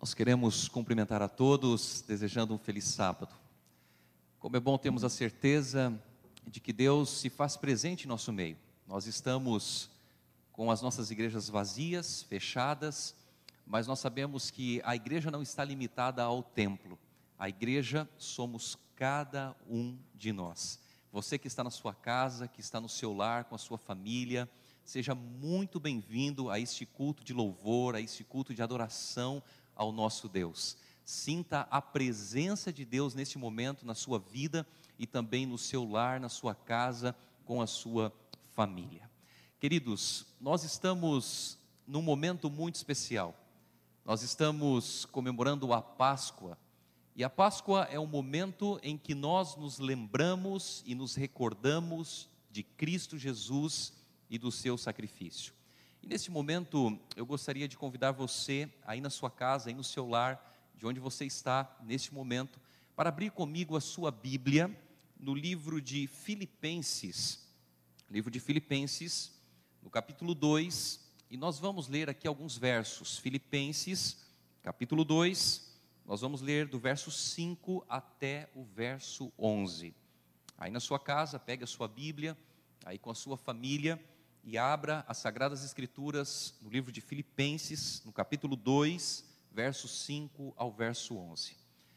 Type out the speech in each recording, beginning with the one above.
Nós queremos cumprimentar a todos, desejando um feliz sábado. Como é bom termos a certeza de que Deus se faz presente em nosso meio. Nós estamos com as nossas igrejas vazias, fechadas, mas nós sabemos que a igreja não está limitada ao templo. A igreja somos cada um de nós. Você que está na sua casa, que está no seu lar, com a sua família, seja muito bem-vindo a este culto de louvor, a este culto de adoração ao nosso Deus. Sinta a presença de Deus neste momento na sua vida e também no seu lar, na sua casa, com a sua família. Queridos, nós estamos num momento muito especial. Nós estamos comemorando a Páscoa. E a Páscoa é um momento em que nós nos lembramos e nos recordamos de Cristo Jesus e do seu sacrifício. E nesse momento eu gostaria de convidar você aí na sua casa, aí no seu lar, de onde você está neste momento, para abrir comigo a sua Bíblia no livro de Filipenses. Livro de Filipenses, no capítulo 2, e nós vamos ler aqui alguns versos. Filipenses, capítulo 2, nós vamos ler do verso 5 até o verso 11. Aí na sua casa, pegue a sua Bíblia, aí com a sua família, e abra as Sagradas Escrituras no livro de Filipenses, no capítulo 2, verso 5 ao verso 11.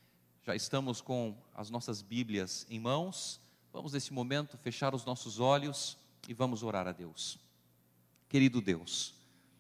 Já estamos com as nossas Bíblias em mãos. Vamos nesse momento fechar os nossos olhos e vamos orar a Deus. Querido Deus,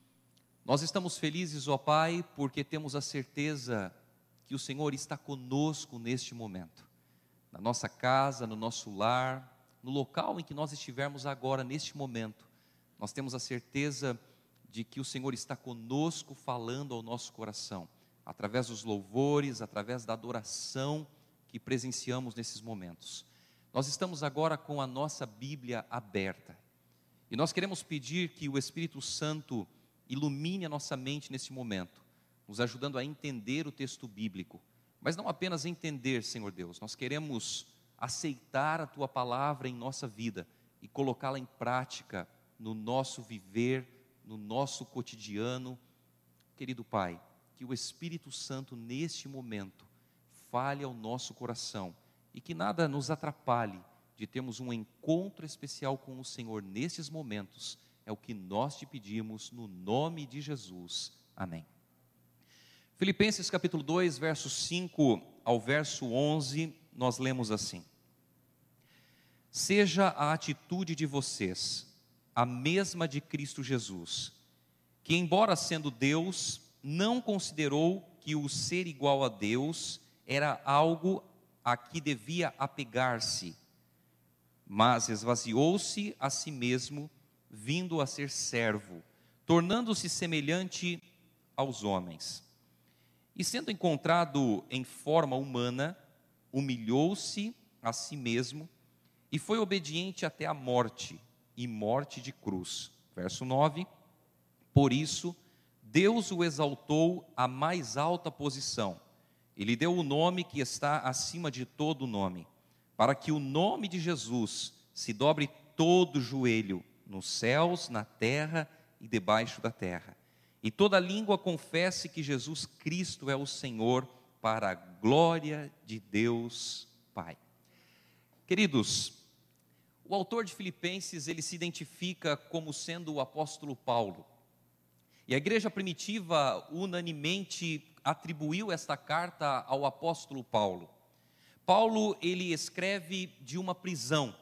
nós estamos felizes, ó Pai, porque temos a certeza que o Senhor está conosco neste momento, na nossa casa, no nosso lar, no local em que nós estivermos agora, neste momento. Nós temos a certeza de que o Senhor está conosco falando ao nosso coração, através dos louvores, através da adoração que presenciamos nesses momentos. Nós estamos agora com a nossa Bíblia aberta, e nós queremos pedir que o Espírito Santo ilumine a nossa mente nesse momento, nos ajudando a entender o texto bíblico, mas não apenas entender, Senhor Deus, nós queremos aceitar a Tua palavra em nossa vida e colocá-la em prática no nosso viver, no nosso cotidiano. Querido Pai, que o Espírito Santo neste momento fale ao nosso coração e que nada nos atrapalhe de termos um encontro especial com o Senhor nesses momentos. É o que nós te pedimos no nome de Jesus. Amém. Filipenses capítulo 2, verso 5 ao verso 11, nós lemos assim: seja a atitude de vocês a mesma de Cristo Jesus, que embora sendo Deus, não considerou que o ser igual a Deus era algo a que devia apegar-se, mas esvaziou-se a si mesmo, vindo a ser servo, tornando-se semelhante aos homens. E sendo encontrado em forma humana, humilhou-se a si mesmo e foi obediente até a morte, e morte de cruz. Verso 9: por isso, Deus o exaltou à mais alta posição, e lhe deu o nome que está acima de todo nome, para que o nome de Jesus se dobre todo o joelho, nos céus, na terra e debaixo da terra, e toda língua confesse que Jesus Cristo é o Senhor, para a glória de Deus Pai. Queridos, o autor de Filipenses, ele se identifica como sendo o apóstolo Paulo. E a igreja primitiva unanimemente atribuiu esta carta ao apóstolo Paulo. Paulo, ele escreve de uma prisão.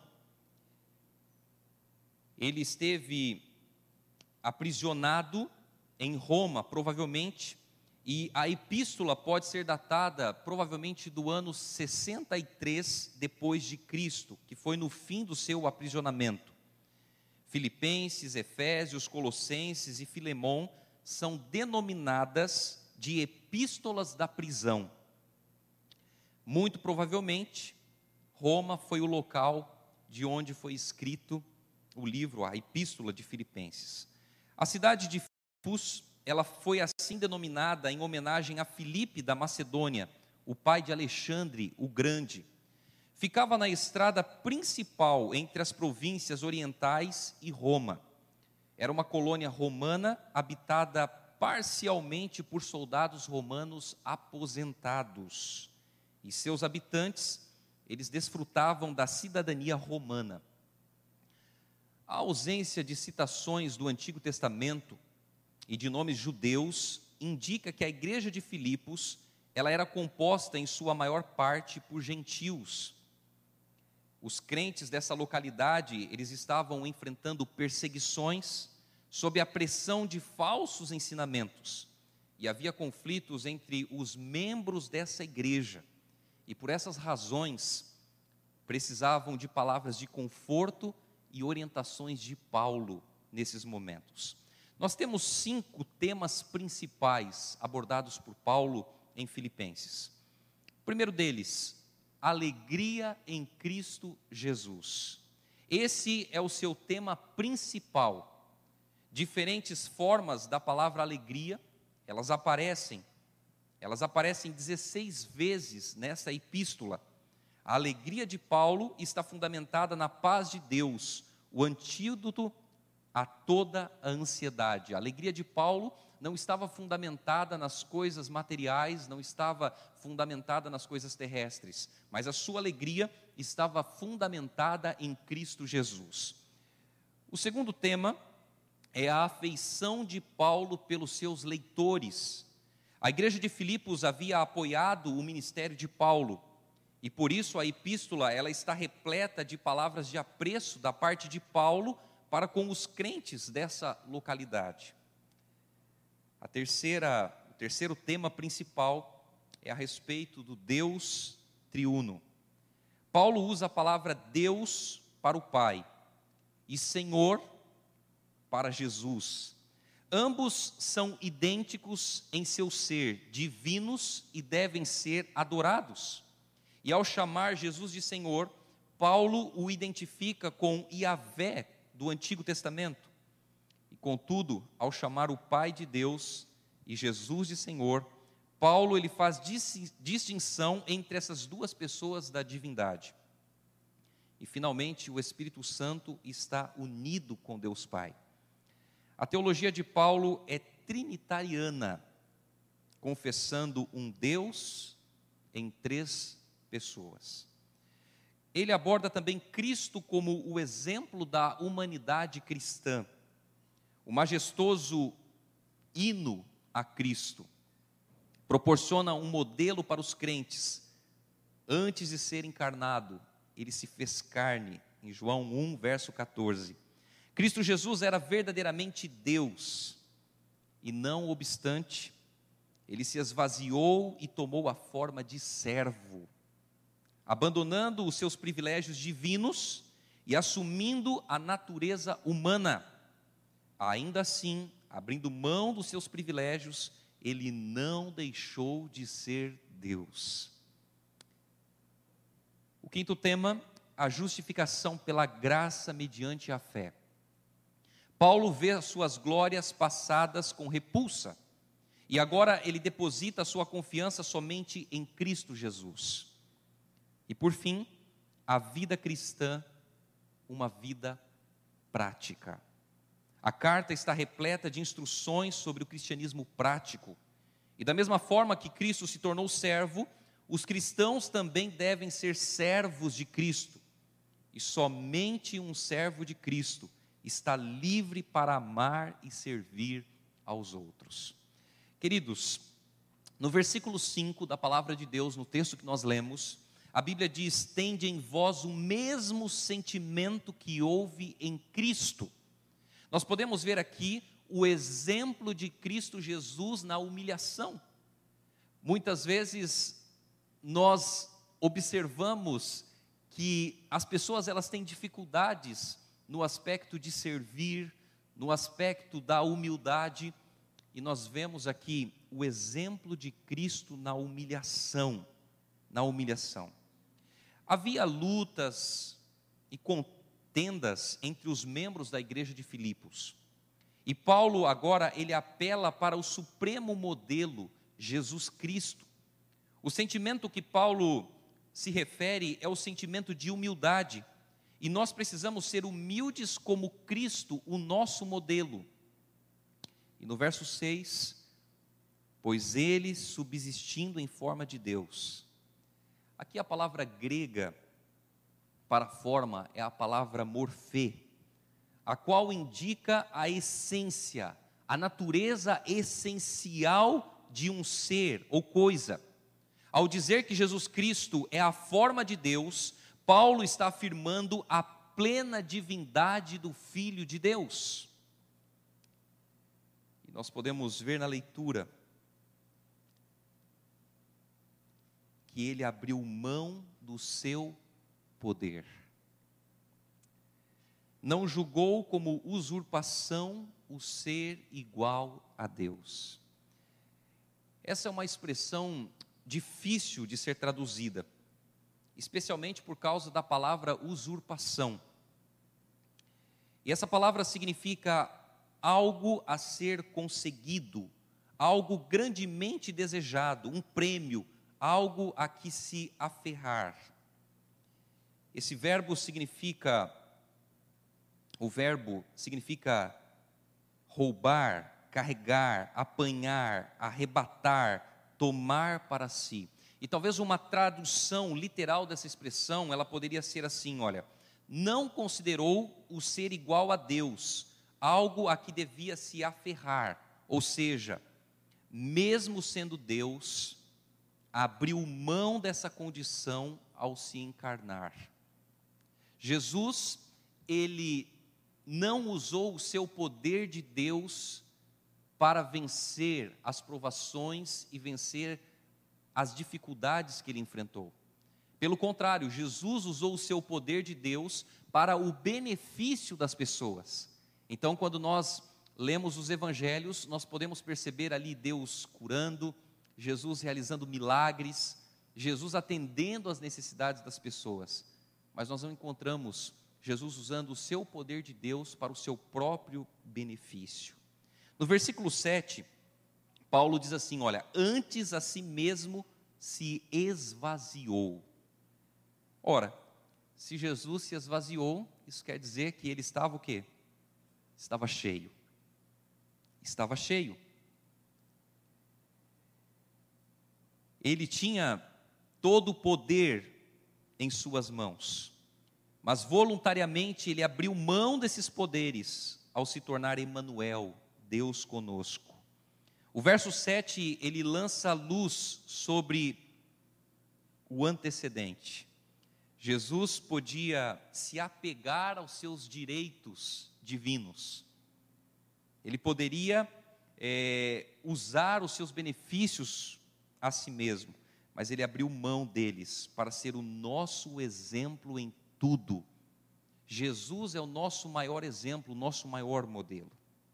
Ele esteve aprisionado em Roma, provavelmente, e a epístola pode ser datada provavelmente do ano 63 depois de Cristo, que foi no fim do seu aprisionamento. Filipenses, Efésios, Colossenses e Filemão são denominadas de epístolas da prisão. Muito provavelmente, Roma foi o local de onde foi escrito o livro, a epístola de Filipenses. A cidade de Filipos, ela foi assim denominada em homenagem a Filipe da Macedônia, o pai de Alexandre o Grande. Ficava na estrada principal entre as províncias orientais e Roma. Era uma colônia romana habitada parcialmente por soldados romanos aposentados. E seus habitantes, eles desfrutavam da cidadania romana. A ausência de citações do Antigo Testamento e de nomes judeus indica que a igreja de Filipos, ela era composta em sua maior parte por gentios. Os crentes dessa localidade, eles estavam enfrentando perseguições sob a pressão de falsos ensinamentos. E havia conflitos entre os membros dessa igreja. E por essas razões, precisavam de palavras de conforto e orientações de Paulo nesses momentos. Nós temos 5 temas principais abordados por Paulo em Filipenses. O primeiro deles, alegria em Cristo Jesus. Esse é o seu tema principal. Diferentes formas da palavra alegria, elas aparecem 16 vezes nessa epístola. A alegria de Paulo está fundamentada na paz de Deus, o antídoto a toda a ansiedade. A alegria de Paulo não estava fundamentada nas coisas materiais, não estava fundamentada nas coisas terrestres, mas a sua alegria estava fundamentada em Cristo Jesus. O segundo tema é a afeição de Paulo pelos seus leitores. A igreja de Filipos havia apoiado o ministério de Paulo, e por isso a epístola ela está repleta de palavras de apreço da parte de Paulo para com os crentes dessa localidade. O terceiro tema principal é a respeito do Deus triuno. Paulo usa a palavra Deus para o Pai e Senhor para Jesus. Ambos são idênticos em seu ser, divinos e devem ser adorados. E ao chamar Jesus de Senhor, Paulo o identifica com Yahvé do Antigo Testamento. E contudo, ao chamar o Pai de Deus e Jesus de Senhor, Paulo ele faz distinção entre essas duas pessoas da divindade. E finalmente o Espírito Santo está unido com Deus Pai. A teologia de Paulo é trinitariana, confessando um Deus em 3 pessoas. Ele aborda também Cristo como o exemplo da humanidade cristã. O majestoso hino a Cristo proporciona um modelo para os crentes. Antes de ser encarnado, ele se fez carne, em João 1, verso 14. Cristo Jesus era verdadeiramente Deus, e não obstante, ele se esvaziou e tomou a forma de servo, abandonando os seus privilégios divinos e assumindo a natureza humana. Ainda assim, abrindo mão dos seus privilégios, ele não deixou de ser Deus. O quinto tema, a justificação pela graça mediante a fé. Paulo vê as suas glórias passadas com repulsa, e agora ele deposita a sua confiança somente em Cristo Jesus. E por fim, a vida cristã, uma vida prática. A carta está repleta de instruções sobre o cristianismo prático. E da mesma forma que Cristo se tornou servo, os cristãos também devem ser servos de Cristo. E somente um servo de Cristo está livre para amar e servir aos outros. Queridos, no versículo 5 da palavra de Deus, no texto que nós lemos, a Bíblia diz: tende em vós o mesmo sentimento que houve em Cristo. Nós podemos ver aqui o exemplo de Cristo Jesus na humilhação. Muitas vezes nós observamos que as pessoas elas têm dificuldades no aspecto de servir, no aspecto da humildade, e nós vemos aqui o exemplo de Cristo na humilhação, Havia lutas e contendas entre os membros da igreja de Filipos, e Paulo agora ele apela para o supremo modelo, Jesus Cristo. O sentimento que Paulo se refere é o sentimento de humildade, e nós precisamos ser humildes como Cristo, o nosso modelo. E no verso 6, pois ele, subsistindo em forma de Deus. Aqui a palavra grega para forma é a palavra morfê, a qual indica a essência, a natureza essencial de um ser ou coisa. Ao dizer que Jesus Cristo é a forma de Deus, Paulo está afirmando a plena divindade do Filho de Deus. E nós podemos ver na leitura que ele abriu mão do seu poder. Não julgou como usurpação o ser igual a Deus. Essa é uma expressão difícil de ser traduzida, especialmente por causa da palavra usurpação. E essa palavra significa algo a ser conseguido, algo grandemente desejado, um prêmio, algo a que se aferrar. Esse verbo significa roubar, carregar, apanhar, arrebatar, tomar para si. E talvez uma tradução literal dessa expressão, ela poderia ser assim, olha, não considerou o ser igual a Deus, algo a que devia se aferrar, ou seja, mesmo sendo Deus, abriu mão dessa condição ao se encarnar. Jesus, ele não usou o seu poder de Deus para vencer as provações e vencer as dificuldades que ele enfrentou. Pelo contrário, Jesus usou o seu poder de Deus para o benefício das pessoas. Então, quando nós lemos os evangelhos, nós podemos perceber ali Deus curando, Jesus realizando milagres, Jesus atendendo às necessidades das pessoas. Mas nós não encontramos Jesus usando o seu poder de Deus para o seu próprio benefício. No versículo 7, Paulo diz assim, olha, antes a si mesmo se esvaziou. Ora, se Jesus se esvaziou, isso quer dizer que ele estava o quê? Estava cheio. Estava cheio. Ele tinha todo o poder em suas mãos, mas voluntariamente ele abriu mão desses poderes ao se tornar Emanuel, Deus conosco. O verso 7, ele lança luz sobre o antecedente. Jesus podia se apegar aos seus direitos divinos. Ele poderia usar os seus benefícios a si mesmo, mas ele abriu mão deles para ser o nosso exemplo em tudo. Jesus é o nosso maior exemplo, o nosso maior modelo.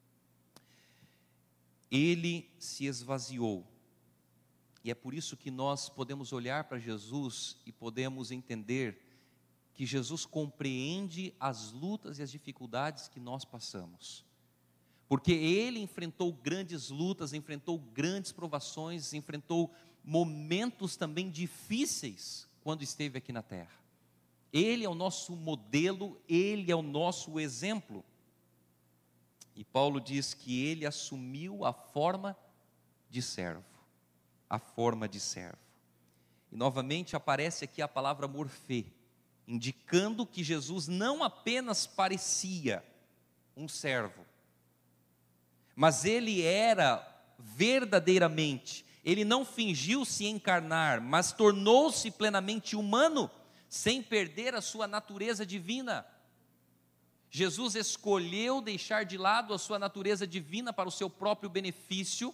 Ele se esvaziou. E é por isso que nós podemos olhar para Jesus e podemos entender que Jesus compreende as lutas e as dificuldades que nós passamos. Porque ele enfrentou grandes lutas, enfrentou grandes provações, enfrentou momentos também difíceis quando esteve aqui na terra. Ele é o nosso modelo, ele é o nosso exemplo. E Paulo diz que ele assumiu a forma de servo. A forma de servo. E novamente aparece aqui a palavra morfê, indicando que Jesus não apenas parecia um servo, mas ele era verdadeiramente, ele não fingiu se encarnar, mas tornou-se plenamente humano, sem perder a sua natureza divina. Jesus escolheu deixar de lado a sua natureza divina para o seu próprio benefício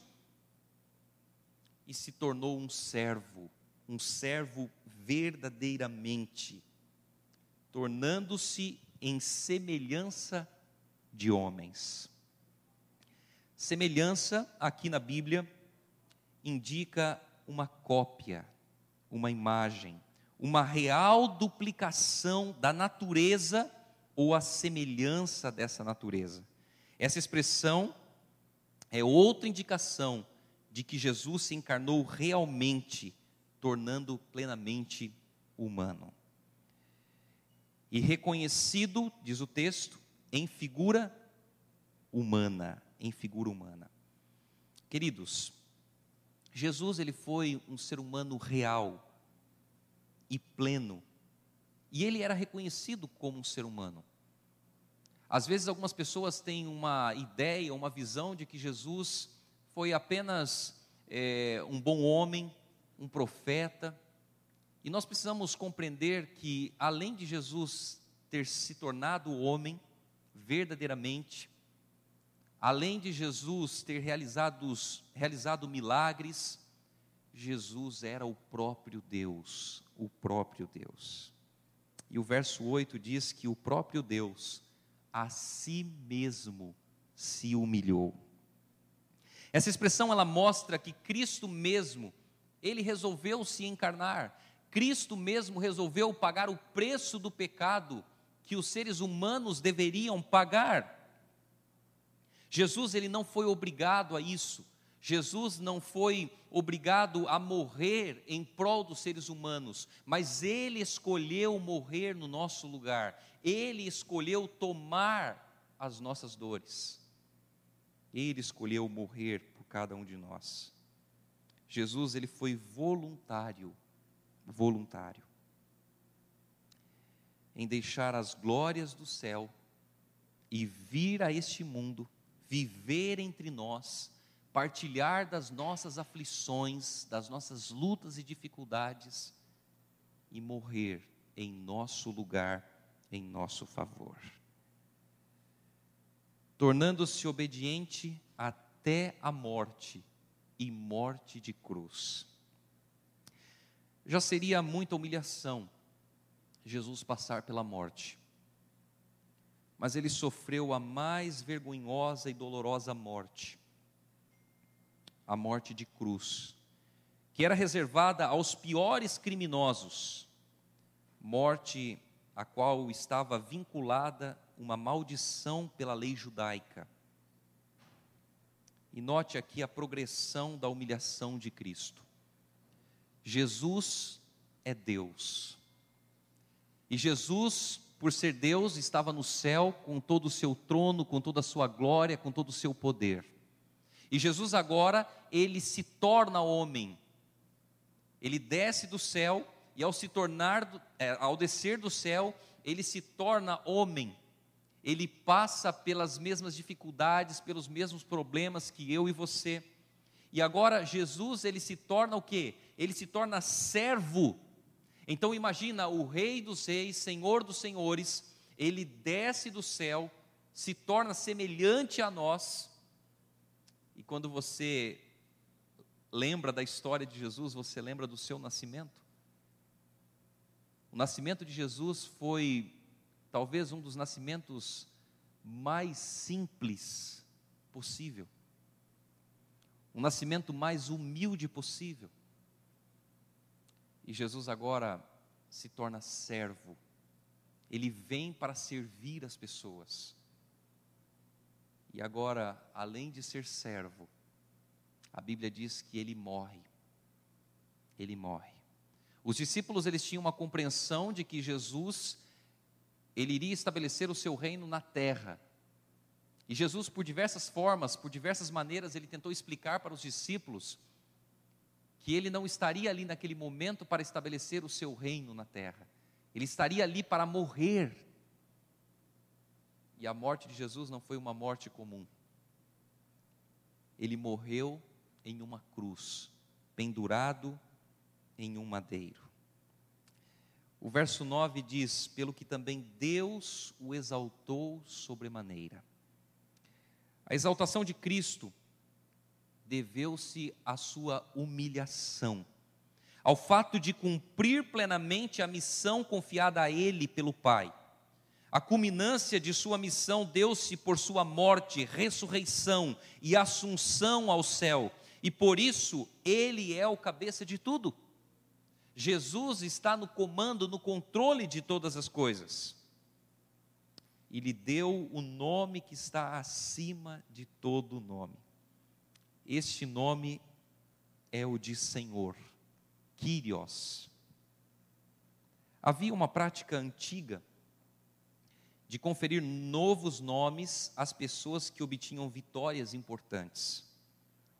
e se tornou um servo verdadeiramente, tornando-se em semelhança de homens. Semelhança, aqui na Bíblia, indica uma cópia, uma imagem, uma real duplicação da natureza ou a semelhança dessa natureza. Essa expressão é outra indicação de que Jesus se encarnou realmente, tornando plenamente humano. E reconhecido, diz o texto, em figura humana, Queridos, Jesus ele foi um ser humano real e pleno, e ele era reconhecido como um ser humano. Às vezes algumas pessoas têm uma ideia, uma visão de que Jesus foi apenas um bom homem, um profeta, e nós precisamos compreender que além de Jesus ter se tornado homem verdadeiramente, além de Jesus ter realizado milagres, Jesus era o próprio Deus, o próprio Deus. E o verso 8 diz que o próprio Deus a si mesmo se humilhou. Essa expressão ela mostra que Cristo mesmo, ele resolveu se encarnar. Cristo mesmo resolveu pagar o preço do pecado que os seres humanos deveriam pagar. Jesus ele não foi obrigado a isso. Jesus não foi obrigado a morrer em prol dos seres humanos, mas ele escolheu morrer no nosso lugar. Ele escolheu tomar as nossas dores. Ele escolheu morrer por cada um de nós. Jesus ele foi voluntário em deixar as glórias do céu e vir a este mundo, viver entre nós, partilhar das nossas aflições, das nossas lutas e dificuldades e morrer em nosso lugar, em nosso favor, tornando-se obediente até a morte e morte de cruz. Já seria muita humilhação Jesus passar pela morte, mas ele sofreu a mais vergonhosa e dolorosa morte, a morte de cruz, que era reservada aos piores criminosos, morte a qual estava vinculada uma maldição pela lei judaica. E note aqui a progressão da humilhação de Cristo. Jesus é Deus, e Jesus, por ser Deus, estava no céu com todo o seu trono, com toda a sua glória, com todo o seu poder. E Jesus agora, ele se torna homem, ele desce do céu, e ao descer do céu, ele se torna homem, ele passa pelas mesmas dificuldades, pelos mesmos problemas que eu e você, e agora Jesus, ele se torna o quê? Ele se torna servo. Então imagina, o Rei dos Reis, Senhor dos Senhores, ele desce do céu, se torna semelhante a nós, e quando você lembra da história de Jesus, você lembra do seu nascimento? O nascimento de Jesus foi talvez um dos nascimentos mais simples possível, um nascimento mais humilde possível. E Jesus agora se torna servo, ele vem para servir as pessoas. E agora, além de ser servo, a Bíblia diz que ele morre. Ele morre. Os discípulos eles tinham uma compreensão de que Jesus, ele iria estabelecer o seu reino na terra. E Jesus, por diversas formas, por diversas maneiras, ele tentou explicar para os discípulos que ele não estaria ali naquele momento para estabelecer o seu reino na terra. Ele estaria ali para morrer. E a morte de Jesus não foi uma morte comum. Ele morreu em uma cruz, pendurado em um madeiro. O verso 9 diz: pelo que também Deus o exaltou sobremaneira. A exaltação de Cristo deveu-se à sua humilhação, ao fato de cumprir plenamente a missão confiada a ele pelo Pai. A culminância de sua missão deu-se por sua morte, ressurreição e assunção ao céu, e por isso ele é o cabeça de tudo. Jesus está no comando, no controle de todas as coisas. E lhe deu o nome que está acima de todo nome. Este nome é o de Senhor, Kyrios. Havia uma prática antiga de conferir novos nomes às pessoas que obtinham vitórias importantes.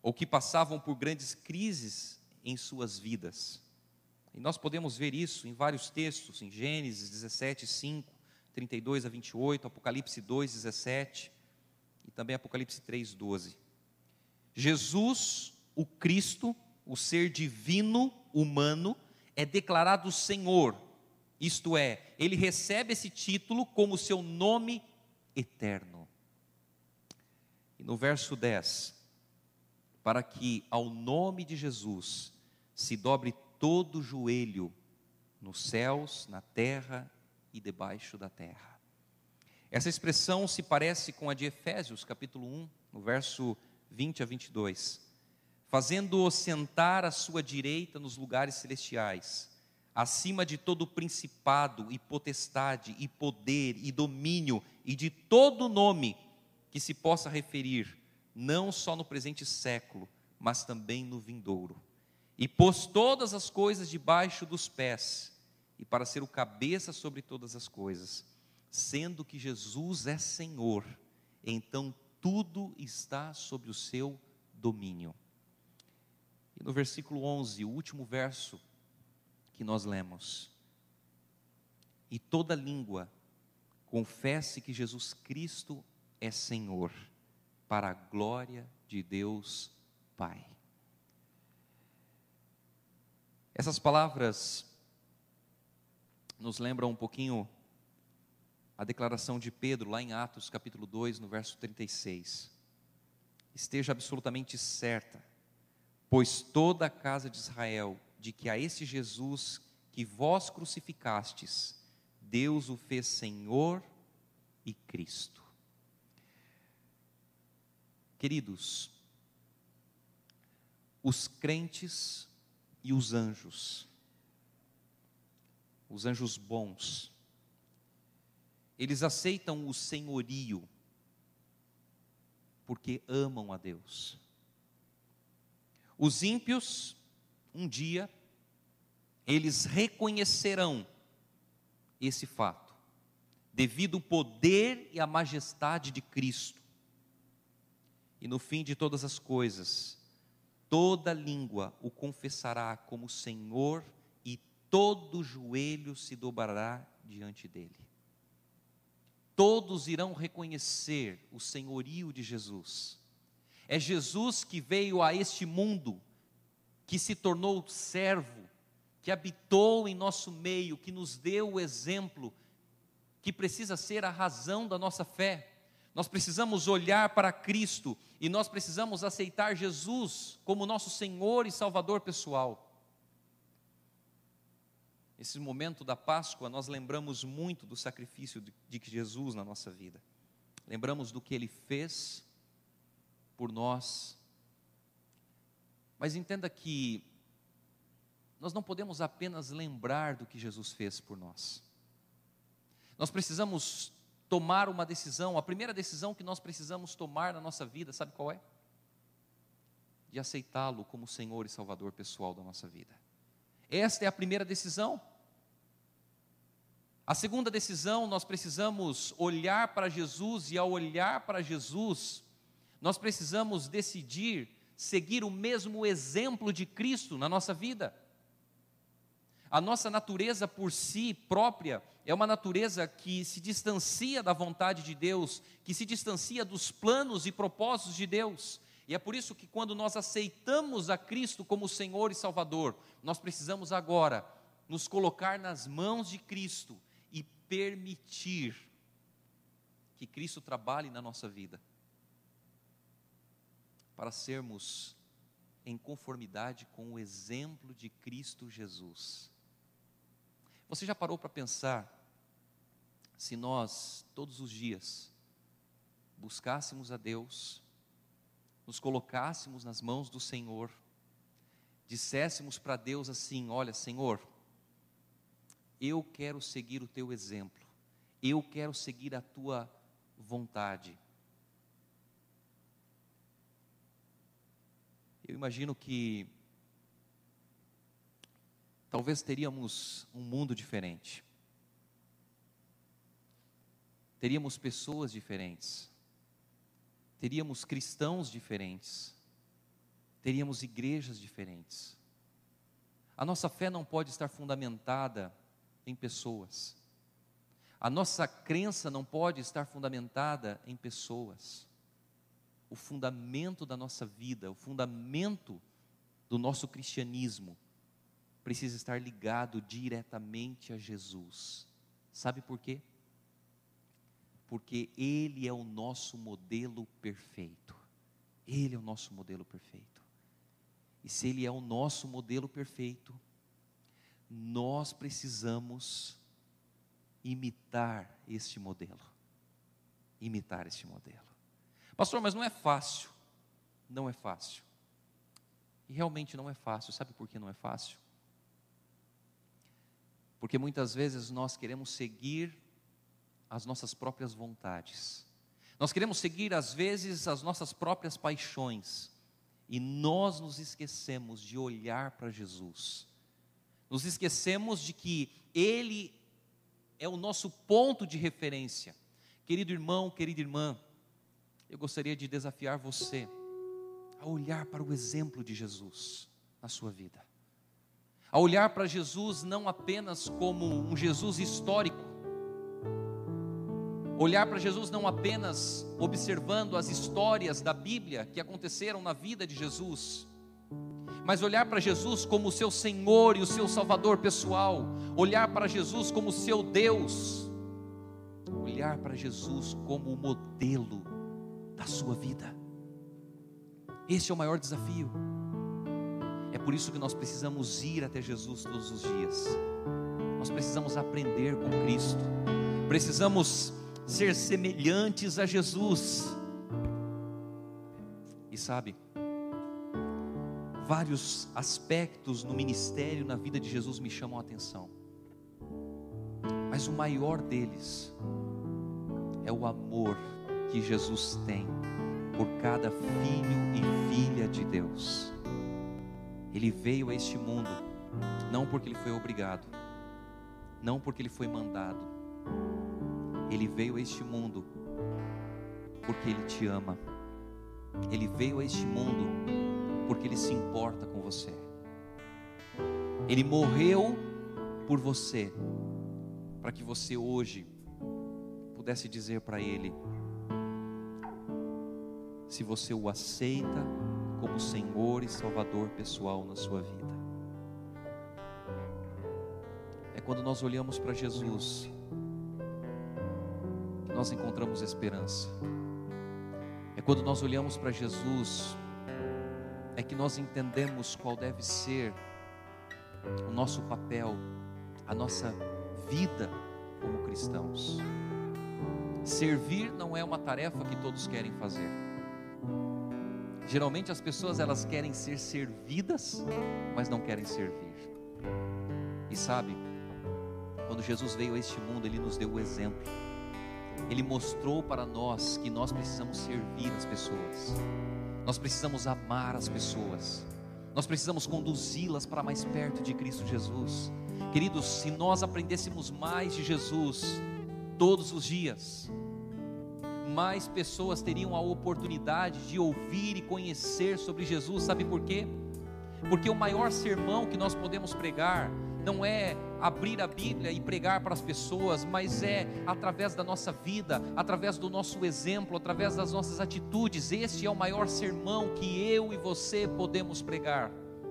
ou que passavam por grandes crises em suas vidas. E nós podemos ver isso em vários textos, em Gênesis 17, 5, 32 a 28, Apocalipse 2, 17 e também Apocalipse 3, 12. Jesus, o Cristo, o ser divino, humano, é declarado Senhor, isto é, ele recebe esse título como seu nome eterno. E no verso 10, para que ao nome de Jesus se dobre todo joelho nos céus, na terra e debaixo da terra. Essa expressão se parece com a de Efésios, capítulo 1, no verso 20 a 22. Fazendo-o sentar à sua direita nos lugares celestiais, acima de todo principado e potestade e poder e domínio e de todo nome que se possa referir, não só no presente século, mas também no vindouro. E pôs todas as coisas debaixo dos pés, e para ser o cabeça sobre todas as coisas, sendo que Jesus é Senhor, então tudo está sob o seu domínio. E no versículo 11, o último verso que nós lemos: e toda língua confesse que Jesus Cristo é Senhor, para a glória de Deus Pai. Essas palavras nos lembram um pouquinho a declaração de Pedro, lá em Atos capítulo 2, no verso 36. Esteja absolutamente certa, pois toda a casa de Israel, de que a esse Jesus que vós crucificastes, Deus o fez Senhor e Cristo. Queridos, os crentes e os anjos bons, eles aceitam o senhorio, porque amam a Deus. Os ímpios, um dia, eles reconhecerão esse fato, devido ao poder e à majestade de Cristo. E no fim de todas as coisas, toda língua o confessará como Senhor e todo joelho se dobrará diante dele. Todos irão reconhecer o senhorio de Jesus. É Jesus que veio a este mundo, que se tornou servo, que habitou em nosso meio, que nos deu o exemplo, que precisa ser a razão da nossa fé. Nós precisamos olhar para Cristo e nós precisamos aceitar Jesus como nosso Senhor e Salvador pessoal. Esse momento da Páscoa, nós lembramos muito do sacrifício de Jesus na nossa vida. Lembramos do que Ele fez por nós. Mas entenda que nós não podemos apenas lembrar do que Jesus fez por nós. Nós precisamos tomar uma decisão. A primeira decisão que nós precisamos tomar na nossa vida, sabe qual é? De aceitá-lo como Senhor e Salvador pessoal da nossa vida. Esta é a primeira decisão. A segunda decisão, nós precisamos olhar para Jesus, e ao olhar para Jesus, nós precisamos decidir seguir o mesmo exemplo de Cristo na nossa vida. A nossa natureza por si própria é uma natureza que se distancia da vontade de Deus, que se distancia dos planos e propósitos de Deus. E é por isso que quando nós aceitamos a Cristo como Senhor e Salvador, nós precisamos agora nos colocar nas mãos de Cristo e permitir que Cristo trabalhe na nossa vida, para sermos em conformidade com o exemplo de Cristo Jesus. Você já parou para pensar, se nós todos os dias buscássemos a Deus, nos colocássemos nas mãos do Senhor, disséssemos para Deus assim: olha, Senhor, eu quero seguir o teu exemplo, eu quero seguir a tua vontade. Eu imagino que talvez teríamos um mundo diferente, teríamos pessoas diferentes, teríamos cristãos diferentes, teríamos igrejas diferentes. A nossa fé não pode estar fundamentada em pessoas. A nossa crença não pode estar fundamentada em pessoas. O fundamento da nossa vida, o fundamento do nosso cristianismo precisa estar ligado diretamente a Jesus. Sabe por quê? Porque Ele é o nosso modelo perfeito. Ele é o nosso modelo perfeito. E se Ele é o nosso modelo perfeito, nós precisamos imitar este modelo. Imitar este modelo. Pastor, mas não é fácil. Não é fácil. E realmente não é fácil. Sabe por que não é fácil? Porque muitas vezes nós queremos seguir as nossas próprias vontades. Nós queremos seguir às vezes as nossas próprias paixões. E nós nos esquecemos de olhar para Jesus. Nos esquecemos de que Ele é o nosso ponto de referência. Querido irmão, querida irmã, eu gostaria de desafiar você a olhar para o exemplo de Jesus na sua vida. A olhar para Jesus não apenas como um Jesus histórico. Olhar para Jesus não apenas observando as histórias da Bíblia que aconteceram na vida de Jesus, mas olhar para Jesus como o seu Senhor e o seu Salvador pessoal. Olhar para Jesus como o seu Deus. Olhar para Jesus como o modelo da sua vida. Esse é o maior desafio. É por isso que nós precisamos ir até Jesus todos os dias. Nós precisamos aprender com Cristo. Precisamos ser semelhantes a Jesus. E sabe, vários aspectos no ministério, na vida de Jesus me chamam a atenção. Mas o maior deles é o amor que Jesus tem por cada filho e filha de Deus. Ele veio a este mundo não porque ele foi obrigado, não porque ele foi mandado. Ele veio a este mundo porque Ele te ama. Ele veio a este mundo porque Ele se importa com você. Ele morreu por você, para que você hoje pudesse dizer para Ele, se você o aceita como Senhor e Salvador pessoal na sua vida. É quando nós olhamos para Jesus nós encontramos esperança. É quando nós olhamos para Jesus, é que nós entendemos qual deve ser o nosso papel, a nossa vida como cristãos. Servir não é uma tarefa que todos querem fazer. Geralmente as pessoas elas querem ser servidas, mas não querem servir. E sabe, quando Jesus veio a este mundo, Ele nos deu o exemplo. Ele mostrou para nós que nós precisamos servir as pessoas. Nós precisamos amar as pessoas. Nós precisamos conduzi-las para mais perto de Cristo Jesus. Queridos, se nós aprendêssemos mais de Jesus todos os dias, mais pessoas teriam a oportunidade de ouvir e conhecer sobre Jesus. Sabe por quê? Porque o maior sermão que nós podemos pregar não é abrir a Bíblia e pregar para as pessoas, mas é através da nossa vida, através do nosso exemplo, através das nossas atitudes. Este é o maior sermão que eu e você podemos pregar.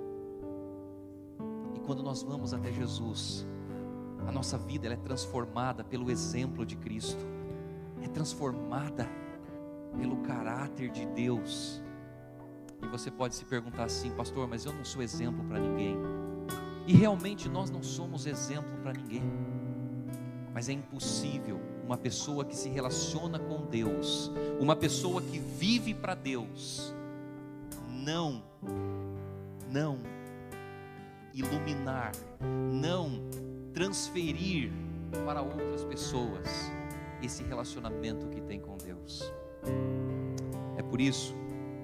E quando nós vamos até Jesus, a nossa vida ela é transformada pelo exemplo de Cristo, é transformada pelo caráter de Deus. E você pode se perguntar assim, pastor, mas eu não sou exemplo para ninguém. E realmente nós não somos exemplo para ninguém. Mas é impossível uma pessoa que se relaciona com Deus, uma pessoa que vive para Deus, não iluminar, não transferir para outras pessoas esse relacionamento que tem com Deus. É por isso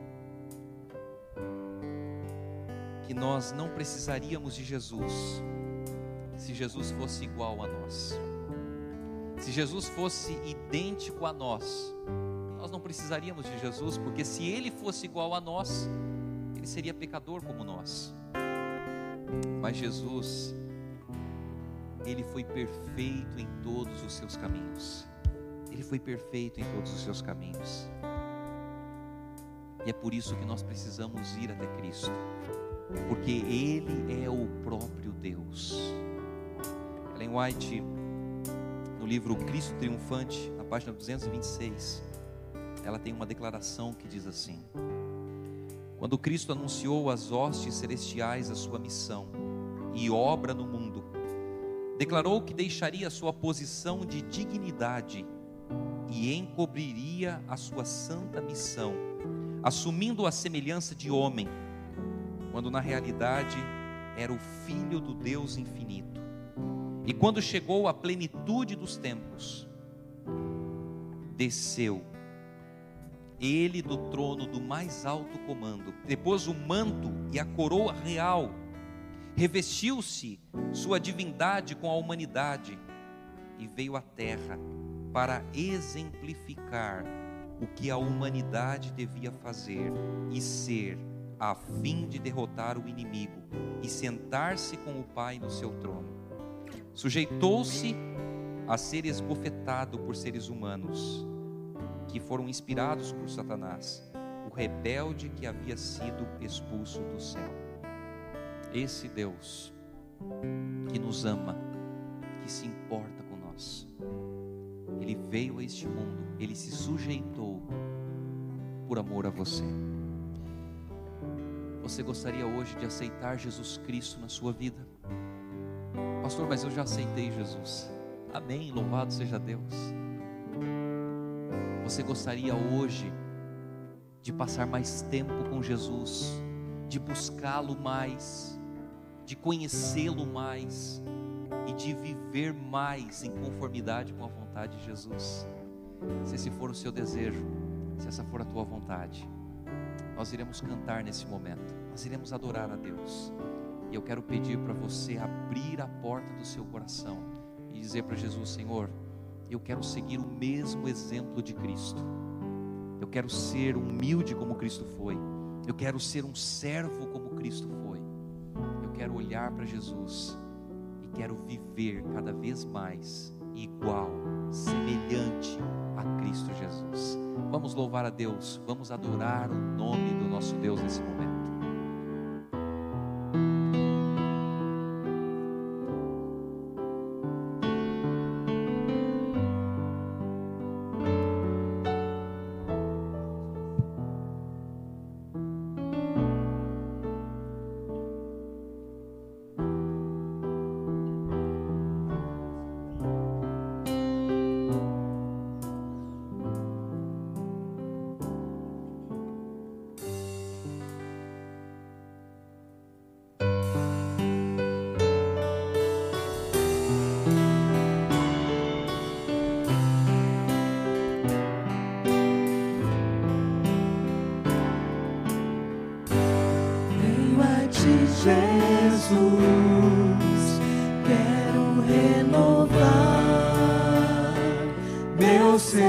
que nós não precisaríamos de Jesus se Jesus fosse igual a nós. Se Jesus fosse idêntico a nós, nós não precisaríamos de Jesus, porque se Ele fosse igual a nós, Ele seria pecador como nós. Mas Jesus, Ele foi perfeito em todos os seus caminhos. Ele foi perfeito em todos os seus caminhos. E é por isso que nós precisamos ir até Cristo, porque Ele é o próprio Deus. Ellen White, no livro Cristo Triunfante, na página 226, ela tem uma declaração que diz assim: quando Cristo anunciou às hostes celestiais a sua missão e obra no mundo, declarou que deixaria a sua posição de dignidade e encobriria a sua santa missão, assumindo a semelhança de homem, quando na realidade era o Filho do Deus infinito. E quando chegou à plenitude dos tempos, desceu Ele do trono do mais alto comando, depôs o manto e a coroa real, revestiu-se sua divindade com a humanidade e veio à terra para exemplificar o que a humanidade devia fazer e ser, a fim de derrotar o inimigo e sentar-se com o Pai no seu trono. Sujeitou-se a ser esbofetado por seres humanos que foram inspirados por Satanás, o rebelde que havia sido expulso do céu. Esse Deus que nos ama, que se importa com nós, Ele veio a este mundo, Ele se sujeitou por amor a você. Você gostaria hoje de aceitar Jesus Cristo na sua vida? Pastor, mas eu já aceitei Jesus. Amém, louvado seja Deus. Você gostaria hoje de passar mais tempo com Jesus, de buscá-lo mais, de conhecê-lo mais e de viver mais em conformidade com a vontade de Jesus? Se esse for o seu desejo, se essa for a tua vontade, nós iremos cantar nesse momento, nós iremos adorar a Deus. E eu quero pedir para você abrir a porta do seu coração e dizer para Jesus: Senhor, eu quero seguir o mesmo exemplo de Cristo. Eu quero ser humilde como Cristo foi. Eu quero ser um servo como Cristo foi. Eu quero olhar para Jesus e quero viver cada vez mais igual, semelhante a Cristo Jesus. Vamos louvar a Deus, vamos adorar o nome do nosso Deus nesse momento. Jesus, quero renovar meu ser.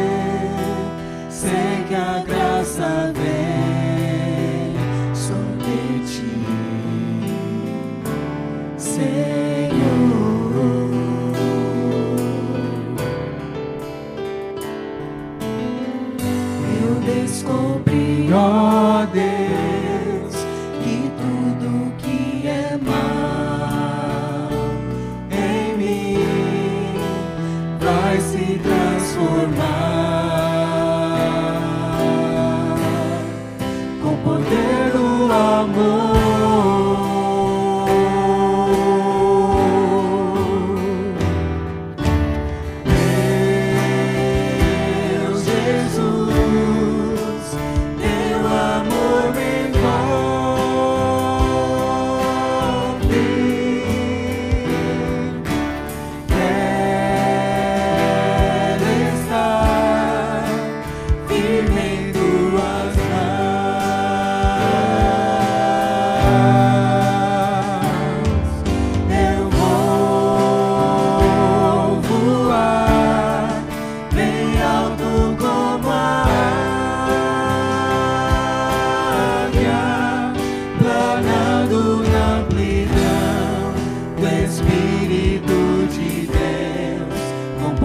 Sei que a graça vem só de ti, Senhor. Eu descobri, ó Deus, que tudo que é mal em mim vai se transformar com o poder do amor. Meu Jesus, teu amor me envolve. Quero estar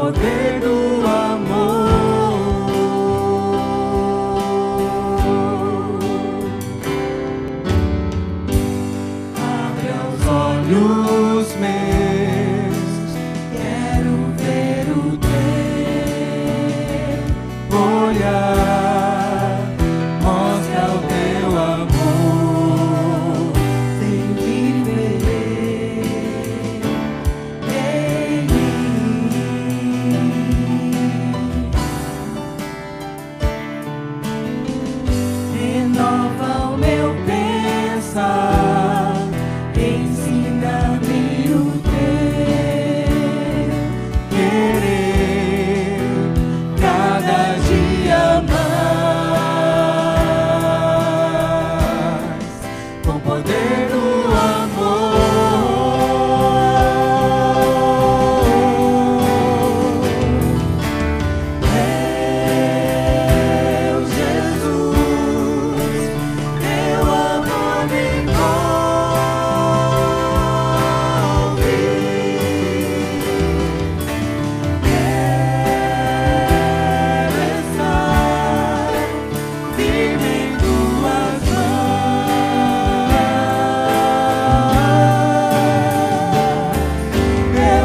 poder do amor. Abre os olhos meus, quero ver o teu olhar, mostra o teu amor, sem viver em mim. Renova o meu pensar, ensina-me o teu querer, cada dia mais, com o poder do Meu Jesus, teu amor me envolve. Quero estar firme em tuas mãos. Eu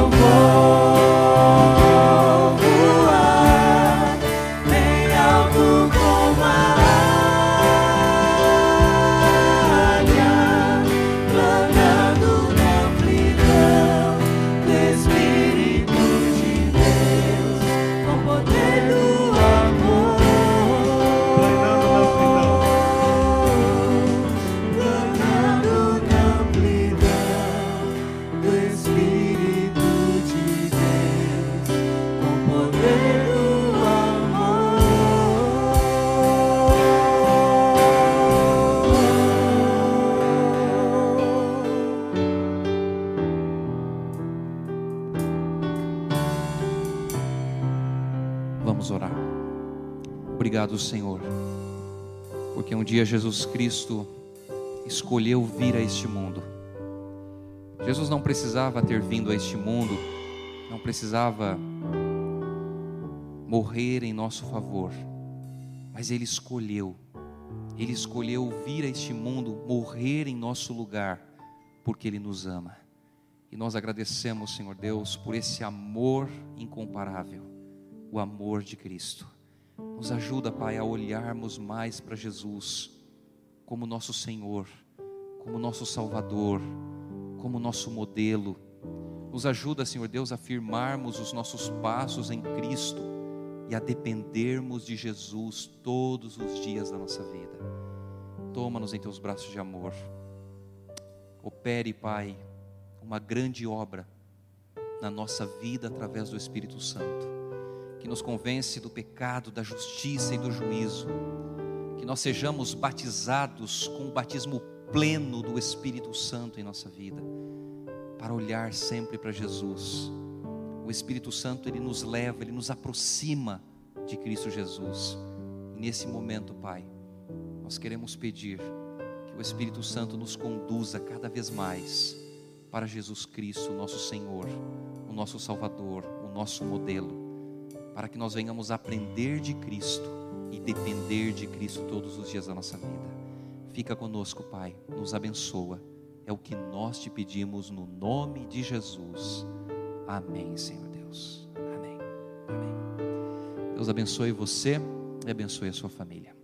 vou voar bem alto como a águia, planando na amplidão do Espírito de Deus, com o poder do amor. Planando na amplidão do Espírito de Deus, com o poder do Vamos orar. Obrigado, Senhor, porque um dia Jesus Cristo escolheu vir a este mundo. Jesus não precisava ter vindo a este mundo, não precisava morrer em nosso favor, mas Ele escolheu vir a este mundo, morrer em nosso lugar, porque Ele nos ama. E nós agradecemos, Senhor Deus, por esse amor incomparável, o amor de Cristo. Nos ajuda, Pai, a olharmos mais para Jesus como nosso Senhor, como nosso Salvador, como nosso modelo. Nos ajuda, Senhor Deus, a firmarmos os nossos passos em Cristo e a dependermos de Jesus todos os dias da nossa vida. Toma-nos em teus braços de amor. Opere, Pai, uma grande obra na nossa vida através do Espírito Santo, que nos convence do pecado, da justiça e do juízo. Que nós sejamos batizados com o batismo pleno do Espírito Santo em nossa vida, para olhar sempre para Jesus. O Espírito Santo, Ele nos leva, Ele nos aproxima de Cristo Jesus. E nesse momento, Pai, nós queremos pedir que o Espírito Santo nos conduza cada vez mais para Jesus Cristo, nosso Senhor, o nosso Salvador, o nosso modelo, para que nós venhamos aprender de Cristo e depender de Cristo todos os dias da nossa vida. Fica conosco, Pai, nos abençoa. É o que nós te pedimos no nome de Jesus. Amém, Senhor Deus. Amém. Amém. Deus abençoe você e abençoe a sua família.